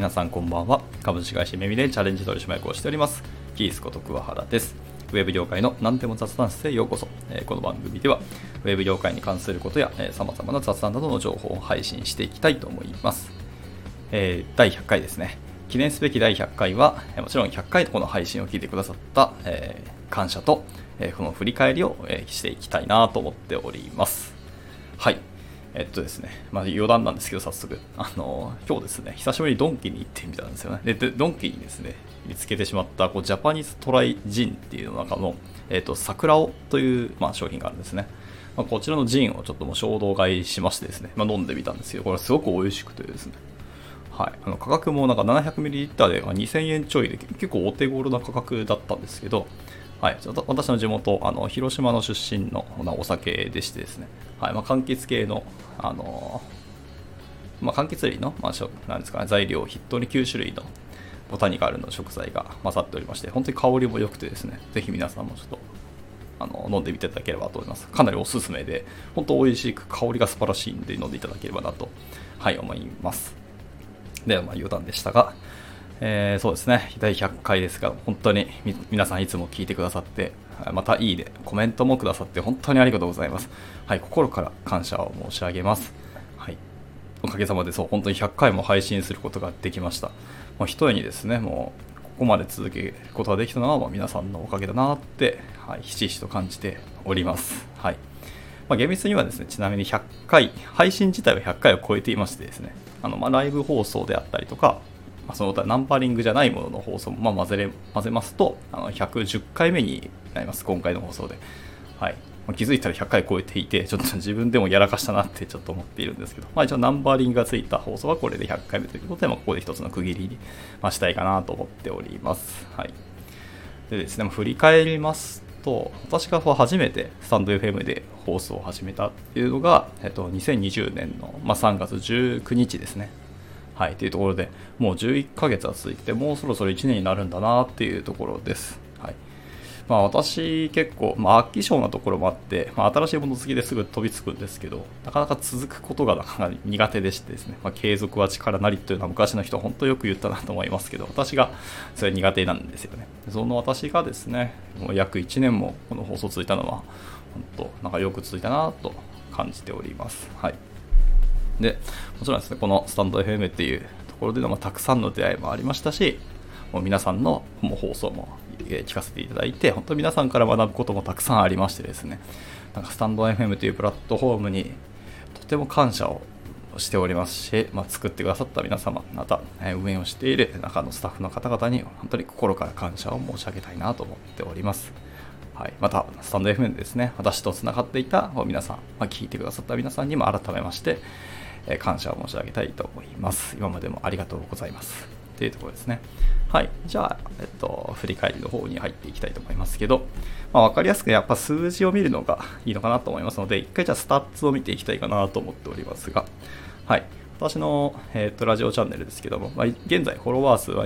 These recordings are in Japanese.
皆さんこんばんは。株式会社メミでチャレンジ取締役をしておりますキースこと桑原です。ウェブ業界の何でも雑談室へようこそ。この番組ではウェブ業界に関することや様々な雑談などの情報を配信していきたいと思います。第100回ですね。記念すべき第100回はもちろん100回この配信を聞いてくださった感謝とこの振り返りをしていきたいなと思っております。はい。ですね、余談なんですけど、早速、今日ですね、久しぶりにドンキに行ってみたんですよね。で、ドンキにですね、見つけてしまったジャパニーズトライジンっていうの中の、桜尾という、商品があるんですね。こちらのジンをちょっともう衝動買いしましてですね、飲んでみたんですけど、これすごく美味しくてですね、はい、価格もなんか 700ml で2000円ちょいで結構お手頃な価格だったんですけど、はい、私の地元広島の出身のお酒でしてですね、はい、柑橘系の、柑橘類の、なんですかね、材料を筆頭に9種類のボタニカルの食材が混ざっておりまして、本当に香りも良くてですね、ぜひ皆さんもちょっと飲んでみていただければと思います。かなりおすすめで、本当美味しく香りが素晴らしいんで飲んでいただければなと、はい、思います。では余談でしたが、そうですね、第100回ですが、本当に皆さんいつも聞いてくださって、またいいね、コメントもくださって本当にありがとうございます。はい、心から感謝を申し上げます。はい、おかげさまで本当に100回も配信することができました。もう一重にですね、もうここまで続けることができたのはもう皆さんのおかげだなって、はい、ひしひしと感じております。はい。厳密にはですね、ちなみに100回、配信自体は100回を超えていましてですね、ライブ放送であったりとか、その他ナンパリングじゃないものの放送も混ぜますと110回目になります。今回の放送で、はい、気づいたら100回超えていて、ちょっと自分でもやらかしたなってちょっと思っているんですけど、一応ナンバリングがついた放送はこれで100回目ということで、ここで一つの区切りにしたいかなと思っております。はい。でですね、振り返りますと、私が初めてスタンド FM で放送を始めたっていうのが、2020年の3月19日ですね。はい、というところで、もう11ヶ月は続いて、もうそろそろ1年になるんだなっていうところです。はい。私結構、飽き性なところもあって、新しいもの好きですぐ飛びつくんですけど、なかなか続くことが苦手でしてですね、継続は力なりというのは昔の人は本当よく言ったなと思いますけど、私がそれ苦手なんですよね。その私がですね、もう約1年もこの放送続いたのは、本当よく続いたなと感じております。はい。で、もちろんですね、このスタンド FM っていうところでのたくさんの出会いもありましたし、もう皆さんの放送も聞かせていただいて、本当に皆さんから学ぶこともたくさんありましてですね、スタンド FM というプラットフォームにとても感謝をしておりますし、作ってくださった皆様、また運営をしている中のスタッフの方々に本当に心から感謝を申し上げたいなと思っております。はい、またスタンド FM でですね、私とつながっていた皆さん、聞いてくださった皆さんにも改めまして感謝を申し上げたいと思います。今までもありがとうございますというところですね。はい、じゃあ、振り返りの方に入っていきたいと思いますけど、分かりやすくやっぱ数字を見るのがいいのかなと思いますので、一回じゃあスタッツを見ていきたいかなと思っておりますが、はい、私の、ラジオチャンネルですけども、現在フォロワー数は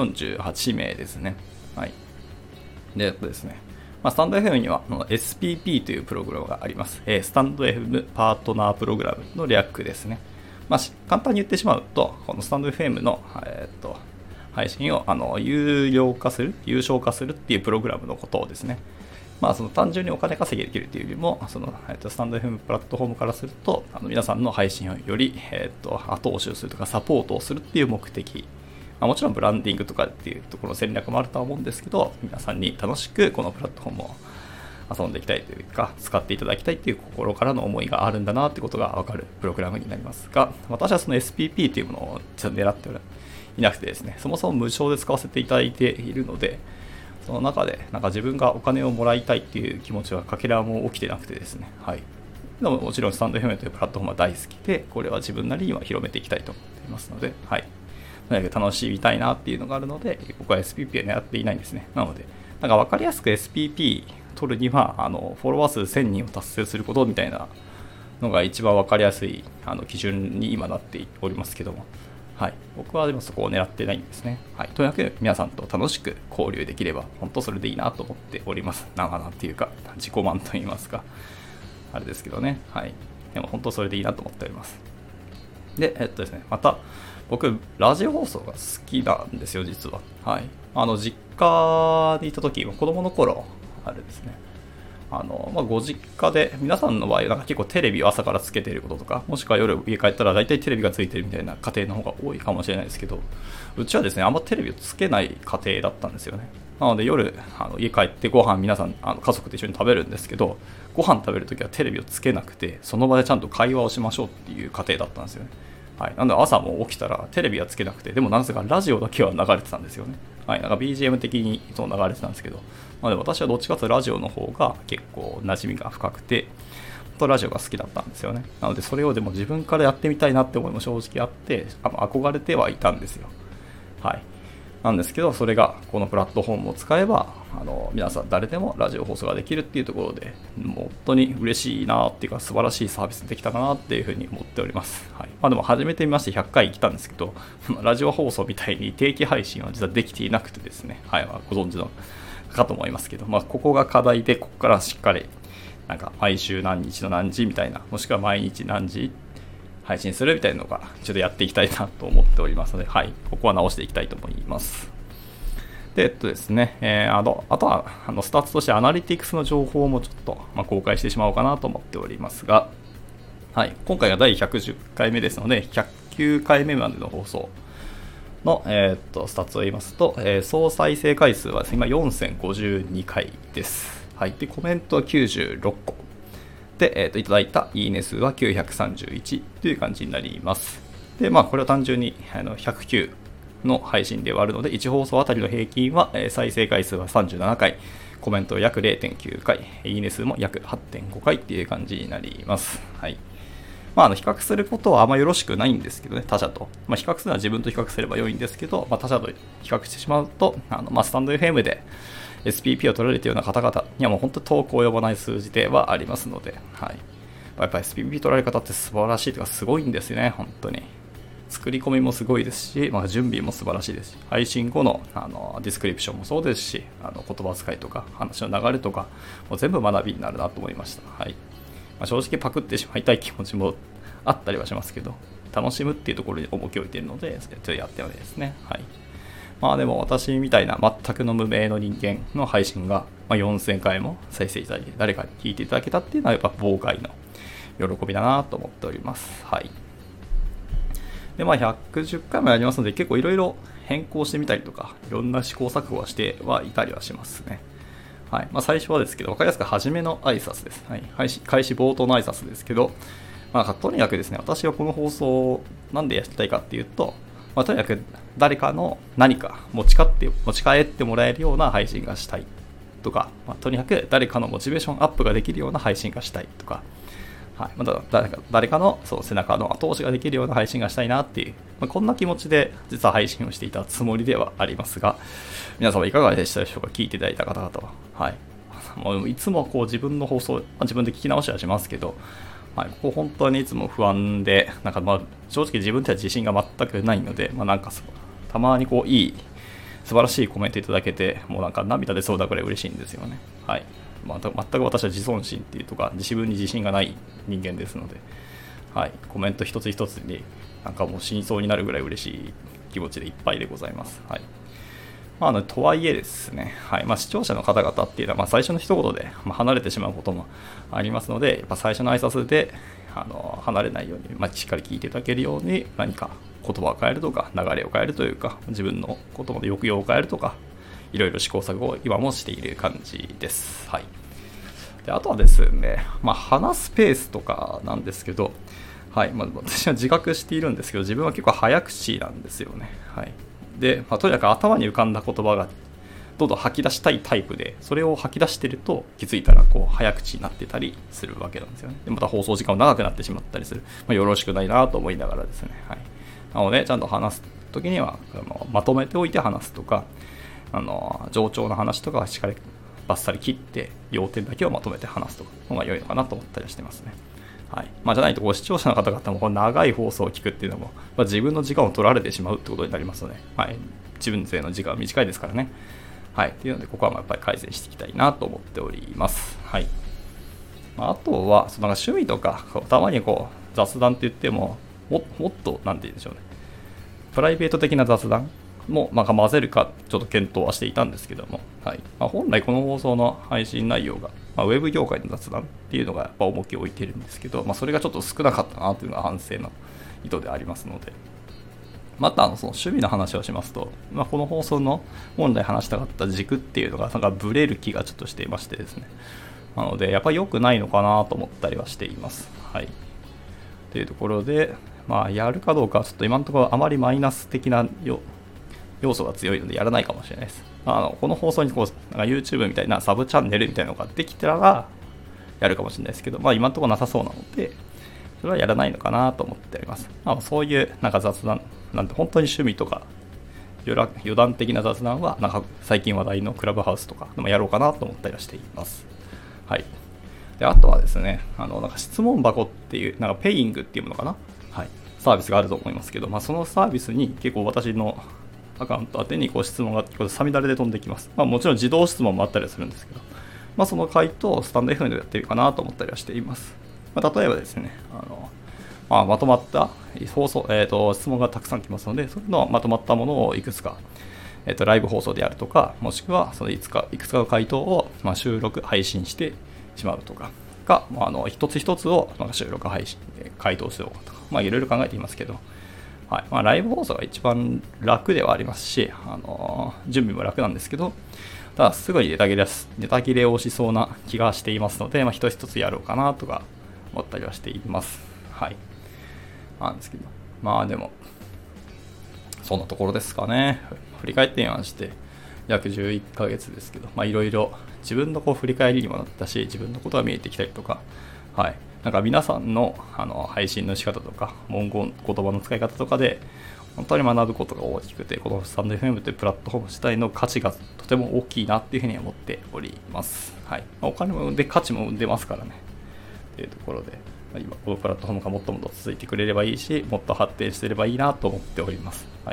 248名ですね。はい。でですね、スタンド FM にはSPP というプログラムがあります。スタンド FM パートナープログラムの略ですね。簡単に言ってしまうと、このスタンド FM の、配信を有償化するっていうプログラムのことをですね。その単純にお金稼ぎできるというよりも、スタンド FM プラットフォームからすると、皆さんの配信をより、後押しをするとかサポートをするっていう目的。もちろんブランディングとかっていうところの戦略もあるとは思うんですけど、皆さんに楽しくこのプラットフォームを遊んでいきたいというか、使っていただきたいという心からの思いがあるんだなということが分かるプログラムになりますが、私はその SPP というものを狙っていなくてですね、そもそも無償で使わせていただいているので、その中で自分がお金をもらいたいっていう気持ちはかけらも起きてなくてですね、はい。でももちろんスタンド FM というプラットフォームは大好きで、これは自分なりには広めていきたいと思っていますので、はい。楽しみたいなっていうのがあるので、僕は SPP は狙っていないんですね。なので、分かりやすく SPP 取るには、フォロワー数1000人を達成することみたいなのが一番分かりやすい基準に今なっておりますけども、はい。僕はでもそこを狙ってないんですね。はい。とにかく皆さんと楽しく交流できれば、本当それでいいなと思っております。なんていうか、自己満と言いますか、あれですけどね。はい。でも本当それでいいなと思っております。で、ですね、また、 僕、ラジオ放送が好きなんですよ、実は。はい。実家にいた時、子供の頃、あれですね。ご実家で、皆さんの場合、なんか結構テレビを朝からつけていることとか、もしくは夜家帰ったら大体テレビがついてるみたいな家庭の方が多いかもしれないですけど、うちはですね、あんまテレビをつけない家庭だったんですよね。なので夜、家帰ってご飯皆さん、家族と一緒に食べるんですけど、ご飯食べるときはテレビをつけなくて、その場でちゃんと会話をしましょうっていう家庭だったんですよね。はい。なので朝も起きたらテレビはつけなくて、でもなぜかラジオだけは流れてたんですよね。はい。なんか BGM 的にそう流れてたんですけど、なので私はどっちかというとラジオの方が結構馴染みが深くて、ラジオが好きだったんですよね。なのでそれをでも自分からやってみたいなって思いも正直あって、憧れてはいたんですよ。はい。なんですけど、それがこのプラットフォームを使えば、皆さん誰でもラジオ放送ができるっていうところで、もう本当に嬉しいなっていうか素晴らしいサービスできたかなっていうふうに思っております。はい。でも始めてみまして100回来たんですけど、ラジオ放送みたいに定期配信は実はできていなくてですね、はい、ご存知のかと思いますけど、ここが課題で、ここからしっかり、なんか毎週何日の何時みたいな、もしくは毎日何時配信するみたいなのがちょっとやっていきたいなと思っておりますので、はい、ここは直していきたいと思います。で、ですね、あとはスタッツとしてアナリティクスの情報もちょっと、公開してしまおうかなと思っておりますが、はい、今回が第110回目ですので、109回目までの放送の、スタッツを言いますと、総再生回数は今4052回です。はい、でコメントは96個。で、いただいたいいね数は931という感じになります。で、これは単純に109の配信で割るので、1放送あたりの平均は、再生回数は37回、コメント約 0.9 回、いいね数も約 8.5 回っていう感じになります。はい。比較することはあんまよろしくないんですけどね、他者と。比較するのは自分と比較すれば良いんですけど、他者と比較してしまうと、スタンド FM で、SPP を取られているような方々にはもう本当に遠く及ばない数字ではありますので、はい。やっぱり SPP 取られる方って素晴らしいというかすごいんですよね、本当に。作り込みもすごいですし、準備も素晴らしいですし、配信後の、ディスクリプションもそうですし、言葉遣いとか話の流れとか、もう全部学びになるなと思いました。はい。正直パクってしまいたい気持ちもあったりはしますけど、楽しむっていうところに重きを置いているので、ちょっとやってみたいですね。はい。でも私みたいな全くの無名の人間の配信が4000回も再生いただいて誰かに聞いていただけたっていうのはやっぱ妨害の喜びだなと思っております。はい。で、110回もやりますので結構いろいろ変更してみたりとかいろんな試行錯誤はしてはいたりはしますね。はい。最初はですけど分かりやすく初めの挨拶です。はい。開始冒頭の挨拶ですけど、とにかくですね、私はこの放送をなんでやりたいかっていうと、とにかく誰かの何か持ち帰ってもらえるような配信がしたいとか、とにかく誰かのモチベーションアップができるような配信がしたいとか、はい、誰かの背中の後押しができるような配信がしたいなっていう、こんな気持ちで実は配信をしていたつもりではありますが、皆様いかがでしたでしょうか。聞いていただいた方々は。はい。もういつも自分の放送、自分で聞き直しはしますけど、はい、ここ本当にいつも不安で、正直自分では自信が全くないので、たまにいい、素晴らしいコメントいただけて、もう涙出そうだくらい嬉しいんですよね。はい。全く私は自尊心っていうとか、自分に自信がない人間ですので、はい。コメント一つ一つに、もう死にそうになるぐらい嬉しい気持ちでいっぱいでございます。はい。とはいえですね、はい。視聴者の方々っていうのは、最初の一言で、離れてしまうこともありますので、やっぱ最初の挨拶で、離れないように、しっかり聞いていただけるように、何か言葉を変えるとか、流れを変えるというか、自分の言葉の抑揚を変えるとか、いろいろ試行錯誤を今もしている感じです。はい。で、あとはですね、話すペースとかなんですけど、はい。私は自覚しているんですけど、自分は結構早口なんですよね。はい。で、とにかく頭に浮かんだ言葉がどんどん吐き出したいタイプで、それを吐き出してると気づいたら早口になってたりするわけなんですよね。で、また放送時間も長くなってしまったりする。よろしくないなと思いながらですね。はい。なので、ちゃんと話すときにはまとめておいて話すとか、冗長な話とかはしっかりバッサリ切って、要点だけをまとめて話すとかのが良いのかなと思ったりはしてますね。はい。じゃないと視聴者の方々も長い放送を聞くっていうのも、自分の時間を取られてしまうってことになりますので、はい。自分勢の時間は短いですからね。はい。っていうので、ここはやっぱり改善していきたいなと思っております。はい。あとは、趣味とか、たまに雑談って言っても、もっと、なんて言うんでしょうね。 プライベート的な雑談も、混ぜるかちょっと検討はしていたんですけども、はい。本来この放送の配信内容が、ウェブ業界の雑談っていうのがやっぱ重きを置いているんですけど、それがちょっと少なかったなというのが反省の意図でありますので、またその趣味の話をしますと、この放送の本来話したかった軸っていうのがなんかブレる気がちょっとしていましてですね。なのでやっぱり良くないのかなと思ったりはしています。はい。というところで、やるかどうかはちょっと今のところあまりマイナス的な要素が強いのでやらないかもしれないです。この放送になんか YouTube みたいなサブチャンネルみたいなのができたらやるかもしれないですけど、今のところなさそうなので、それはやらないのかなと思っております。そういうなんか雑談、なんて本当に趣味とか余談的な雑談はなんか最近話題のクラブハウスとかでもやろうかなと思ったりはしています。はい。で、あとはですね、なんか質問箱っていう、なんかペイングっていうものかな、はい、サービスがあると思いますけど、そのサービスに結構私のアカウント宛てに質問がサミダレで飛んできます。もちろん自動質問もあったりするんですけど、その回答をスタンド FM でやってるかなと思ったりはしています。例えばですね、まとまった質問がたくさん来ますので、それのまとまったものをいくつか、ライブ放送であるとか、もしくはそのいくつかの回答を、収録、配信してしまうとかが、一つ一つを収録、配信で回答しようとか、いろいろ考えていますけど、はい。ライブ放送が一番楽ではありますし、準備も楽なんですけど、ただすぐにネタ切れをしそうな気がしていますので、一つ一つやろうかなとか思ったりはしています。はい。なんですけど、でも、そんなところですかね。振り返ってみまして、約11ヶ月ですけど、いろいろ自分の振り返りにもなったし、自分のことが見えてきたりとか、はい。なんか皆さんの配信の仕方とか、言葉の使い方とかで、本当に学ぶことが大きくて、このスタンド FM というプラットフォーム自体の価値がとても大きいなっていうふうに思っております。はい。お金も生んで、価値も生んでますからね。というところで、今、このプラットフォームがもっともっと続いてくれればいいし、もっと発展していればいいなと思っております。はい。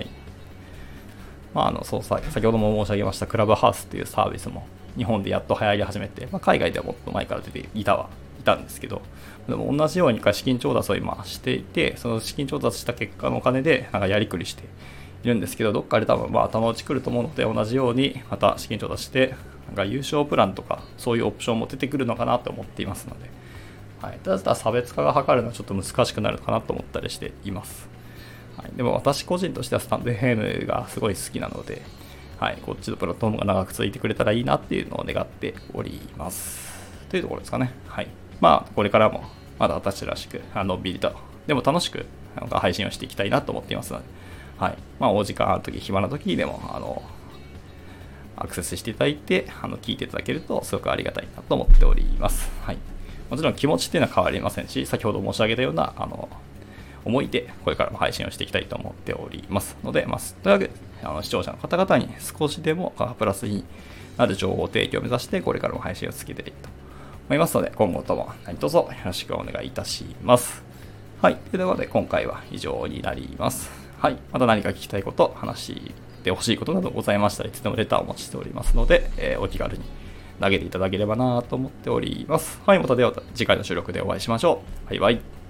先ほども申し上げましたクラブハウスっていうサービスも日本でやっと流行り始めて、海外ではもっと前から出ていたんですけど、でも同じように資金調達を今していて、その資金調達した結果のお金でなんかやりくりしているんですけど、どっかで多分頭打ち来ると思うので、同じようにまた資金調達して、なんか優勝プランとかそういうオプションも出てくるのかなと思っていますので、はい、ただ差別化が図るのはちょっと難しくなるのかなと思ったりしています。はい、でも私個人としてはスタンド FM がすごい好きなので、はい、こっちのプラットフォームが長く続いてくれたらいいなっていうのを願っております。というところですかね。はい。これからもまだ私らしく、のんびりと、でも楽しく配信をしていきたいなと思っていますので、はい。お時間あるとき、暇なときにでも、アクセスしていただいて、聞いていただけるとすごくありがたいなと思っております。はい。もちろん気持ちっていうのは変わりませんし、先ほど申し上げたような、思いでこれからも配信をしていきたいと思っておりますので、というわけで視聴者の方々に少しでもプラスになる情報提供を目指してこれからも配信を続けていきたいと思いますので、今後とも何卒よろしくお願いいたします。はい。ということで今回は以上になります。はい。また何か聞きたいこと、話してほしいことなどございましたらいつでもレターをお待ちしておりますので、お気軽に投げていただければなと思っております。はい。またでは次回の収録でお会いしましょう。バイバイ。